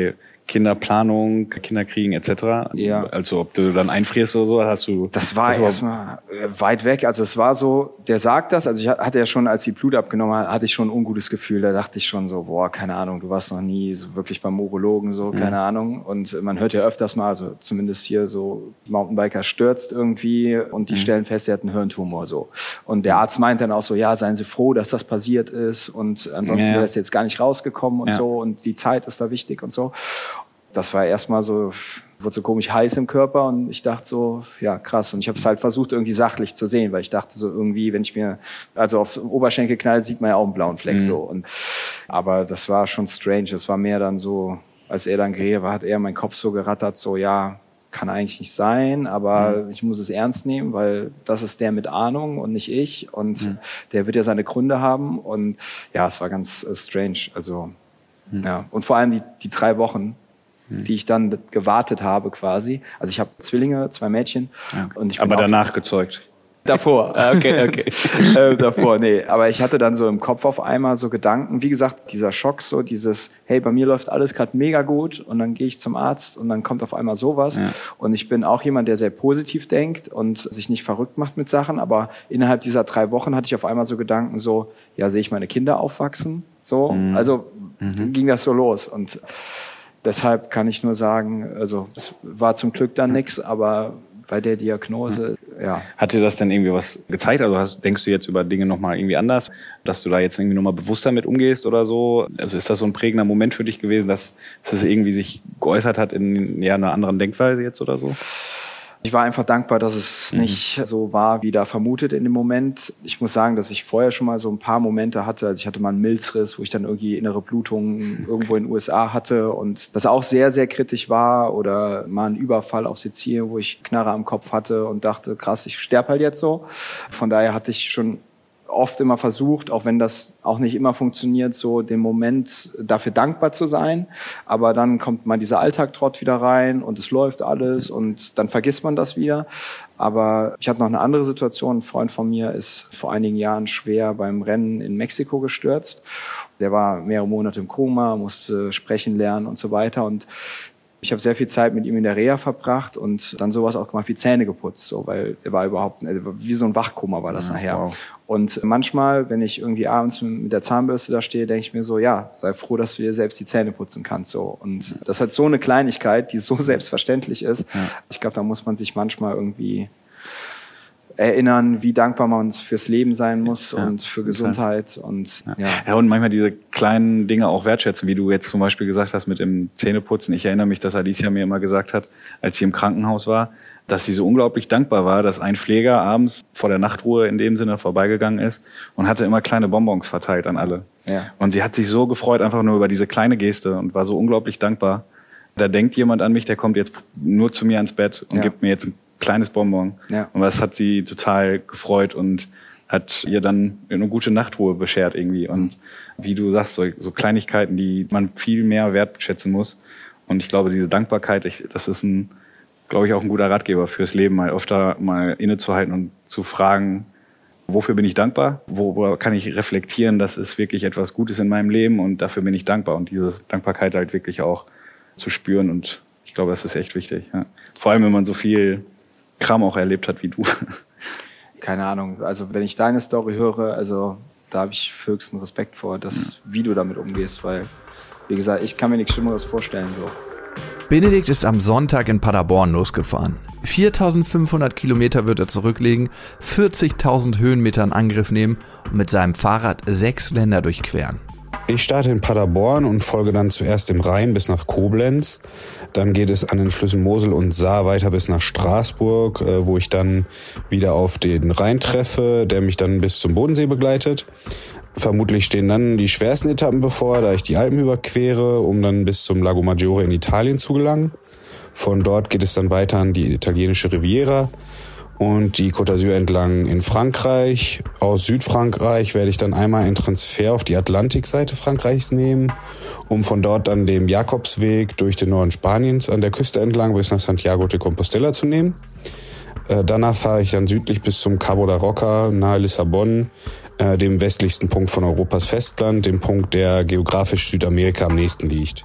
Kinderplanung, Kinderkriegen etc.? Ja. Also ob du dann einfrierst oder so, hast du... Das war erstmal weit weg. Also es war so, der sagt das, also ich hatte ja schon, als die Blut abgenommen hat, hatte ich schon ein ungutes Gefühl. Da dachte ich schon so, boah, keine Ahnung, du warst noch nie so wirklich beim Urologen, so, keine Ahnung. Und man hört ja öfters mal, also zumindest hier so, Mountainbiker stürzt irgendwie und die stellen fest, er hat einen Hirntumor, so. Und der Arzt meint dann auch so, ja, seien Sie froh, dass das passiert ist und ansonsten wäre das jetzt gar nicht rausgekommen und so und die Zeit ist da wichtig und so. Das war erstmal so, wurde so komisch heiß im Körper und ich dachte so, ja krass. Und ich habe es halt versucht irgendwie sachlich zu sehen, weil ich dachte so irgendwie, wenn ich mir also aufs Oberschenkel knalle, sieht man ja auch einen blauen Fleck so. Und aber das war schon strange. Das war mehr dann so, als er dann geredet war, hat er mein Kopf so gerattert, so ja, kann eigentlich nicht sein, aber ich muss es ernst nehmen, weil das ist der mit Ahnung und nicht ich und der wird ja seine Gründe haben und ja, es war ganz strange. Also ja, und vor allem die 3 Wochen, die ich dann gewartet habe quasi. Also ich habe Zwillinge, 2 Mädchen. Ja. Und ich bin aber danach gezeugt. Davor, okay. Davor, nee. Aber ich hatte dann so im Kopf auf einmal so Gedanken, wie gesagt, dieser Schock, so dieses, hey, bei mir läuft alles gerade mega gut und dann gehe ich zum Arzt und dann kommt auf einmal sowas. Ja. Und ich bin auch jemand, der sehr positiv denkt und sich nicht verrückt macht mit Sachen. Aber innerhalb dieser 3 Wochen hatte ich auf einmal so Gedanken, so, ja, sehe ich meine Kinder aufwachsen? So, also ging das so los und deshalb kann ich nur sagen, also es war zum Glück dann nichts, aber bei der Diagnose, ja. Hat dir das denn irgendwie was gezeigt? Also denkst du jetzt über Dinge nochmal irgendwie anders, dass du da jetzt irgendwie nochmal bewusster mit umgehst oder so? Also ist das so ein prägender Moment für dich gewesen, dass es irgendwie sich geäußert hat in einer anderen Denkweise jetzt oder so? Ich war einfach dankbar, dass es nicht so war, wie da vermutet in dem Moment. Ich muss sagen, dass ich vorher schon mal so ein paar Momente hatte. Also ich hatte mal einen Milzriss, wo ich dann irgendwie innere Blutungen irgendwo in den USA hatte und das auch sehr, sehr kritisch war. Oder mal einen Überfall auf Sizilien, wo ich Knarre am Kopf hatte und dachte, krass, ich sterbe halt jetzt so. Von daher hatte ich schon oft immer versucht, auch wenn das auch nicht immer funktioniert, so den Moment dafür dankbar zu sein. Aber dann kommt mal dieser Alltagtrott wieder rein und es läuft alles und dann vergisst man das wieder. Aber ich hatte noch eine andere Situation. Ein Freund von mir ist vor einigen Jahren schwer beim Rennen in Mexiko gestürzt. Der war mehrere Monate im Koma, musste sprechen lernen und so weiter. Und ich habe sehr viel Zeit mit ihm in der Reha verbracht und dann sowas auch gemacht wie Zähne geputzt, so, weil er war überhaupt, wie so ein Wachkoma war das nachher. Wow. Und manchmal, wenn ich irgendwie abends mit der Zahnbürste da stehe, denke ich mir so, ja, sei froh, dass du dir selbst die Zähne putzen kannst, so. Und das ist halt so eine Kleinigkeit, die so selbstverständlich ist. Ja. Ich glaube, da muss man sich manchmal irgendwie erinnern, wie dankbar man fürs Leben sein muss und für Gesundheit und und manchmal diese kleinen Dinge auch wertschätzen, wie du jetzt zum Beispiel gesagt hast mit dem Zähneputzen. Ich erinnere mich, dass Alicia mir immer gesagt hat, als sie im Krankenhaus war, dass sie so unglaublich dankbar war, dass ein Pfleger abends vor der Nachtruhe in dem Sinne vorbeigegangen ist und hatte immer kleine Bonbons verteilt an alle. Ja. Und sie hat sich so gefreut einfach nur über diese kleine Geste und war so unglaublich dankbar. Da denkt jemand an mich, der kommt jetzt nur zu mir ans Bett und gibt mir jetzt ein kleines Bonbon. Ja. Und das hat sie total gefreut und hat ihr dann eine gute Nachtruhe beschert irgendwie. Und wie du sagst, so Kleinigkeiten, die man viel mehr wertschätzen muss. Und ich glaube, diese Dankbarkeit, das ist glaube ich, auch ein guter Ratgeber fürs Leben, mal öfter mal innezuhalten und zu fragen, wofür bin ich dankbar? Wo kann ich reflektieren, dass es wirklich etwas Gutes in meinem Leben und dafür bin ich dankbar. Und diese Dankbarkeit halt wirklich auch zu spüren. Und ich glaube, das ist echt wichtig. Ja. Vor allem, wenn man so viel Kram auch erlebt hat wie du. Keine Ahnung, also wenn ich deine Story höre, also da habe ich höchsten Respekt vor, wie du damit umgehst, weil, wie gesagt, ich kann mir nichts Schlimmeres vorstellen. So. Benedikt ist am Sonntag in Paderborn losgefahren. 4.500 Kilometer wird er zurücklegen, 40.000 Höhenmeter in Angriff nehmen und mit seinem Fahrrad 6 Länder durchqueren. Ich starte in Paderborn und folge dann zuerst im Rhein bis nach Koblenz. Dann geht es an den Flüssen Mosel und Saar weiter bis nach Straßburg, wo ich dann wieder auf den Rhein treffe, der mich dann bis zum Bodensee begleitet. Vermutlich stehen dann die schwersten Etappen bevor, da ich die Alpen überquere, um dann bis zum Lago Maggiore in Italien zu gelangen. Von dort geht es dann weiter an die italienische Riviera und die Côte d'Azur entlang in Frankreich. Aus Südfrankreich werde ich dann einmal einen Transfer auf die Atlantikseite Frankreichs nehmen, um von dort dann den Jakobsweg durch den Norden Spaniens an der Küste entlang bis nach Santiago de Compostela zu nehmen. Danach fahre ich dann südlich bis zum Cabo da Roca nahe Lissabon, dem westlichsten Punkt von Europas Festland, dem Punkt, der geografisch Südamerika am nächsten liegt.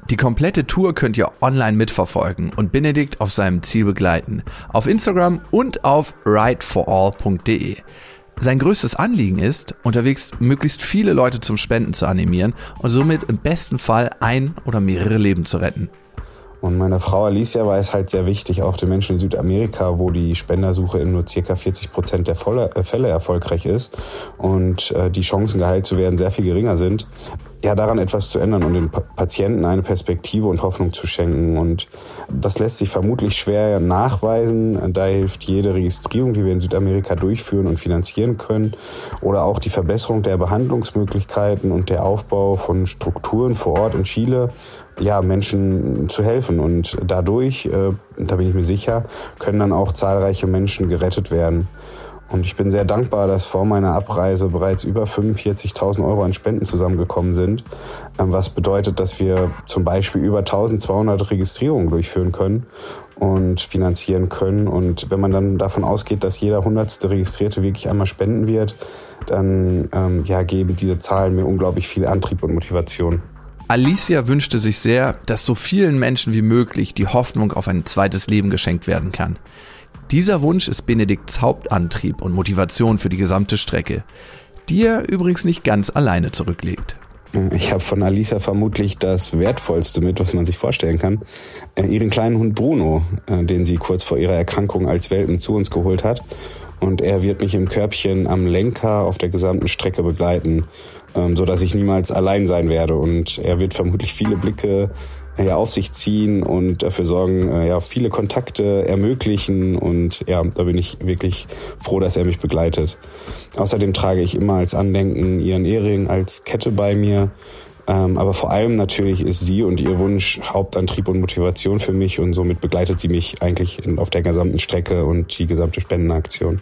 Die komplette Tour könnt ihr online mitverfolgen und Benedikt auf seinem Ziel begleiten. Auf Instagram und auf rideforall.de. Sein größtes Anliegen ist, unterwegs möglichst viele Leute zum Spenden zu animieren und somit im besten Fall ein oder mehrere Leben zu retten. Und meiner Frau Alicia war es halt sehr wichtig, auch den Menschen in Südamerika, wo die Spendersuche in nur ca. 40% der Fälle erfolgreich ist und die Chancen, geheilt zu werden, sehr viel geringer sind, ja, daran etwas zu ändern und den Patienten eine Perspektive und Hoffnung zu schenken. Und das lässt sich vermutlich schwer nachweisen. Da hilft jede Registrierung, die wir in Südamerika durchführen und finanzieren können, oder auch die Verbesserung der Behandlungsmöglichkeiten und der Aufbau von Strukturen vor Ort in Chile, ja, Menschen zu helfen. Und dadurch, da bin ich mir sicher, können dann auch zahlreiche Menschen gerettet werden. Und ich bin sehr dankbar, dass vor meiner Abreise bereits über 45.000 Euro an Spenden zusammengekommen sind, was bedeutet, dass wir zum Beispiel über 1.200 Registrierungen durchführen können und finanzieren können. Und wenn man dann davon ausgeht, dass jeder 100. Registrierte wirklich einmal spenden wird, dann geben diese Zahlen mir unglaublich viel Antrieb und Motivation. Alicia wünschte sich sehr, dass so vielen Menschen wie möglich die Hoffnung auf ein zweites Leben geschenkt werden kann. Dieser Wunsch ist Benedikts Hauptantrieb und Motivation für die gesamte Strecke, die er übrigens nicht ganz alleine zurücklegt. Ich habe von Alicia vermutlich das Wertvollste mit, was man sich vorstellen kann. Ihren kleinen Hund Bruno, den sie kurz vor ihrer Erkrankung als Welpen zu uns geholt hat. Und er wird mich im Körbchen am Lenker auf der gesamten Strecke begleiten, sodass ich niemals allein sein werde. Und er wird vermutlich viele Blicke auf sich ziehen und dafür sorgen, viele Kontakte ermöglichen. Und ja, da bin ich wirklich froh, dass er mich begleitet. Außerdem trage ich immer als Andenken ihren Ehering als Kette bei mir. Aber vor allem natürlich ist sie und ihr Wunsch Hauptantrieb und Motivation für mich, und somit begleitet sie mich eigentlich auf der gesamten Strecke und die gesamte Spendenaktion.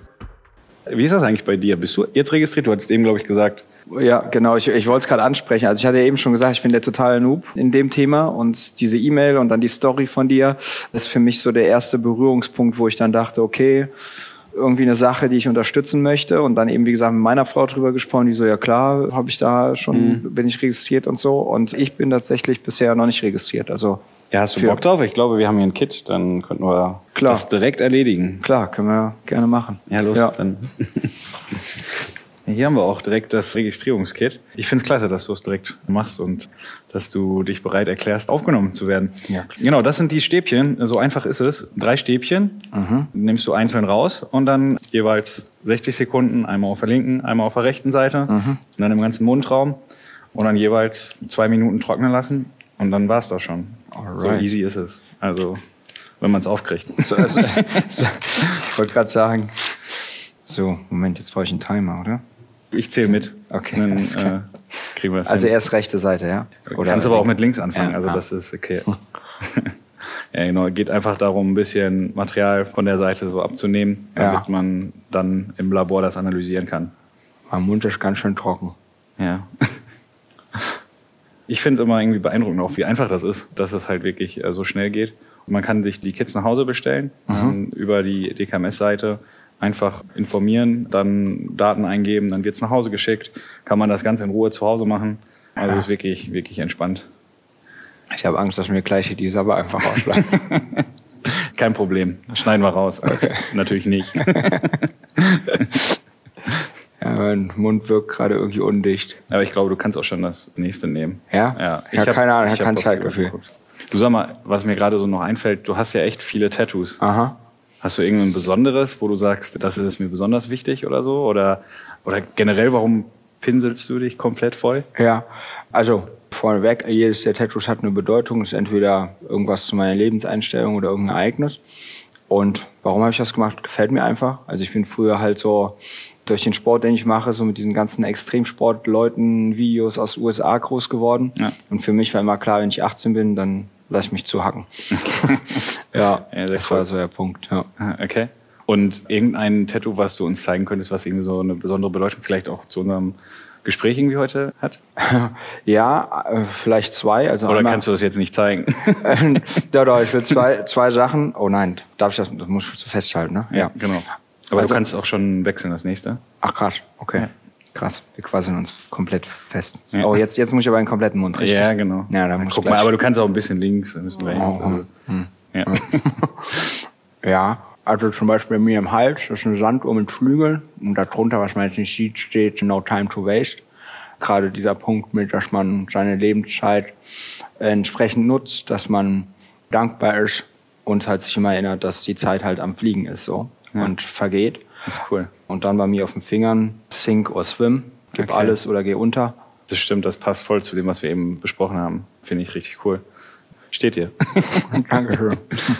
Wie ist das eigentlich bei dir? Bist du jetzt registriert? Du hattest eben, glaube ich, gesagt. Ja, genau. Ich wollte es gerade ansprechen. Also ich hatte ja eben schon gesagt, ich bin der totale Noob in dem Thema, und diese E-Mail und dann die Story von dir, das ist für mich so der erste Berührungspunkt, wo ich dann dachte, okay, irgendwie eine Sache, die ich unterstützen möchte, und dann eben, wie gesagt, mit meiner Frau drüber gesprochen, die so, ja klar, habe ich da schon, bin ich registriert und so, und ich bin tatsächlich bisher noch nicht registriert. Also ja, hast du Bock drauf? Ich glaube, wir haben hier ein Kit, dann könnten wir das direkt erledigen. Klar, können wir gerne machen. Ja, los, dann. Hier haben wir auch direkt das Registrierungskit. Ich finde es klasse, dass du es direkt machst und dass du dich bereit erklärst, aufgenommen zu werden. Ja. Genau, das sind die Stäbchen. So einfach ist es. 3 Stäbchen nimmst du einzeln raus und dann jeweils 60 Sekunden, einmal auf der linken, einmal auf der rechten Seite und dann im ganzen Mundraum und dann jeweils 2 Minuten trocknen lassen und dann war's das schon. Alright. So easy ist es. Also, wenn man es aufkriegt. Ich wollte gerade sagen, so, Moment, jetzt brauche ich einen Timer, oder? Ich zähle mit. Okay. Dann kriegen wir das also hin. erst rechte Seite, ja? Oder kannst aber auch mit links anfangen, also das ist okay. Ja, genau. Geht einfach darum, ein bisschen Material von der Seite so abzunehmen, damit man dann im Labor das analysieren kann. Mein Mund ist ganz schön trocken. Ja. Ich finde es immer irgendwie beeindruckend, auch wie einfach das ist, dass es halt wirklich so schnell geht. Und man kann sich die Kits nach Hause bestellen, über die DKMS-Seite. Einfach informieren, dann Daten eingeben, dann wird's nach Hause geschickt. Kann man das Ganze in Ruhe zu Hause machen. Also ist wirklich, wirklich entspannt. Ich habe Angst, dass mir gleich die Sabber einfach ausschlagen. Kein Problem. Schneiden wir raus. Okay. Natürlich nicht. Ja, mein Mund wirkt gerade irgendwie undicht. Aber ich glaube, du kannst auch schon das nächste nehmen. Ja? Ja, ich habe keine Ahnung, ich habe kein Zeitgefühl. Du, sag mal, was mir gerade so noch einfällt, du hast ja echt viele Tattoos. Aha. Hast du irgendein Besonderes, wo du sagst, das ist mir besonders wichtig oder so? Oder generell, warum pinselst du dich komplett voll? Ja, also vorneweg, jedes der Tattoos hat eine Bedeutung. Ist entweder irgendwas zu meiner Lebenseinstellung oder irgendein Ereignis. Und warum habe ich das gemacht? Gefällt mir einfach. Also ich bin früher halt so durch den Sport, den ich mache, so mit diesen ganzen Extremsportleuten, Videos aus den USA groß geworden. Ja. Und für mich war immer klar, wenn ich 18 bin, dann lass ich mich zuhacken. Ja, das war so der Punkt. Ja. Okay. Und irgendein Tattoo, was du uns zeigen könntest, was irgendwie so eine besondere Bedeutung vielleicht auch zu unserem Gespräch irgendwie heute hat? Ja, vielleicht 2. Also oder kannst du das jetzt nicht zeigen? Doch, ich will zwei Sachen. Oh nein, darf ich das musst du festhalten, ne? Ja, genau. Aber also, du kannst auch schon wechseln, das nächste. Ach krass, okay. Ja. Krass, wir quasseln uns komplett fest. Ja. Oh, jetzt muss ich aber einen kompletten Mund, richtig? Ja, genau. Ja, dann Guck mal, aber du kannst auch ein bisschen links, ein bisschen rechts. Ja. Ja, also zum Beispiel bei mir im Hals, das ist eine Sanduhr mit Flügeln und darunter, was man jetzt nicht sieht, steht No Time to Waste. Gerade dieser Punkt mit, dass man seine Lebenszeit entsprechend nutzt, dass man dankbar ist und halt sich immer erinnert, dass die Zeit halt am Fliegen ist so und vergeht. Das ist cool. Und dann bei mir auf den Fingern Sink or Swim, gib alles oder geh unter. Das stimmt, das passt voll zu dem, was wir eben besprochen haben. Finde ich richtig cool. Steht dir. Dankeschön.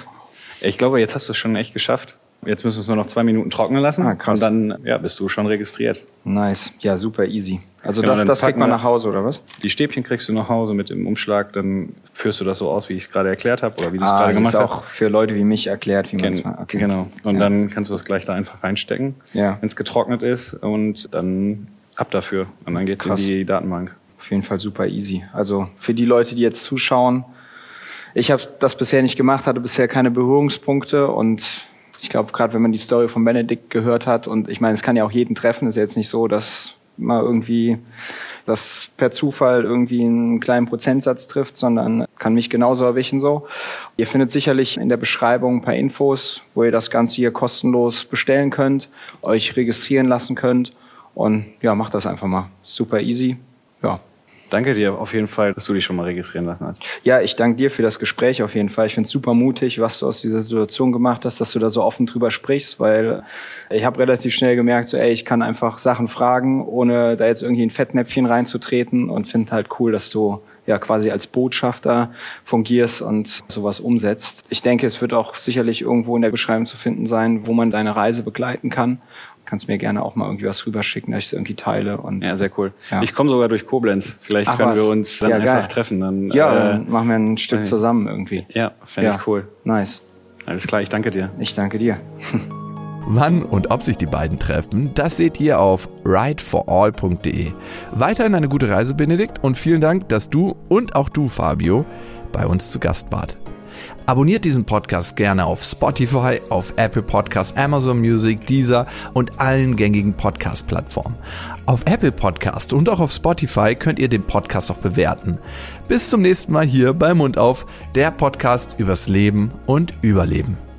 Ich glaube, jetzt hast du es schon echt geschafft. Jetzt müssen wir es nur noch 2 Minuten trocknen lassen. Krass. Und dann bist du schon registriert. Nice. Ja, super easy. Also Genau, das kriegt man packen wir- nach Hause, oder was? Die Stäbchen kriegst du nach Hause mit dem Umschlag. Dann führst du das so aus, wie ich es gerade erklärt habe oder wie du es gerade gemacht ist hast. auch für Leute wie mich erklärt, wie man es macht. Okay. Genau. Und dann kannst du das gleich da einfach reinstecken, Ja. wenn es getrocknet ist. Und dann ab dafür. Und dann geht's in Krass. die Datenbank. Auf jeden Fall super easy. Also für die Leute, die jetzt zuschauen, ich habe das bisher nicht gemacht, hatte bisher keine Berührungspunkte und ich glaube, gerade wenn man die Story von Benedikt gehört hat und ich meine, es kann ja auch jeden treffen, ist ja jetzt nicht so, dass man irgendwie das per Zufall irgendwie einen kleinen Prozentsatz trifft, sondern kann mich genauso erwischen so. Ihr findet sicherlich in der Beschreibung ein paar Infos, wo ihr das Ganze hier kostenlos bestellen könnt, euch registrieren lassen könnt und ja, macht das einfach mal. Super easy. Ja. Danke dir auf jeden Fall, dass du dich schon mal registrieren lassen hast. Ja, ich danke dir für das Gespräch auf jeden Fall. Ich finde es super mutig, was du aus dieser Situation gemacht hast, dass du da so offen drüber sprichst, weil ich habe relativ schnell gemerkt, so ich kann einfach Sachen fragen, ohne da jetzt irgendwie in Fettnäpfchen reinzutreten und finde halt cool, dass du ja quasi als Botschafter fungierst und sowas umsetzt. Ich denke, es wird auch sicherlich irgendwo in der Beschreibung zu finden sein, wo man deine Reise begleiten kann. Kannst mir gerne auch mal irgendwie was rüberschicken, dass ich es irgendwie teile. Und Ja, sehr cool. Ja. Ich komme sogar durch Koblenz. Vielleicht Ach, können wir was? uns dann Ja, einfach geil. treffen. Dann, dann machen wir ein Stück zusammen irgendwie. Ja, fände ich cool. Nice. Alles klar, ich danke dir. Ich danke dir. Wann und ob sich die beiden treffen, das seht ihr auf rideforall.de. Weiterhin eine gute Reise, Benedikt, und vielen Dank, dass du und auch du, Fabio, bei uns zu Gast wart. Abonniert diesen Podcast gerne auf Spotify, auf Apple Podcasts, Amazon Music, Deezer und allen gängigen Podcast-Plattformen. Auf Apple Podcast und auch auf Spotify könnt ihr den Podcast auch bewerten. Bis zum nächsten Mal hier bei Mund auf, der Podcast übers Leben und Überleben.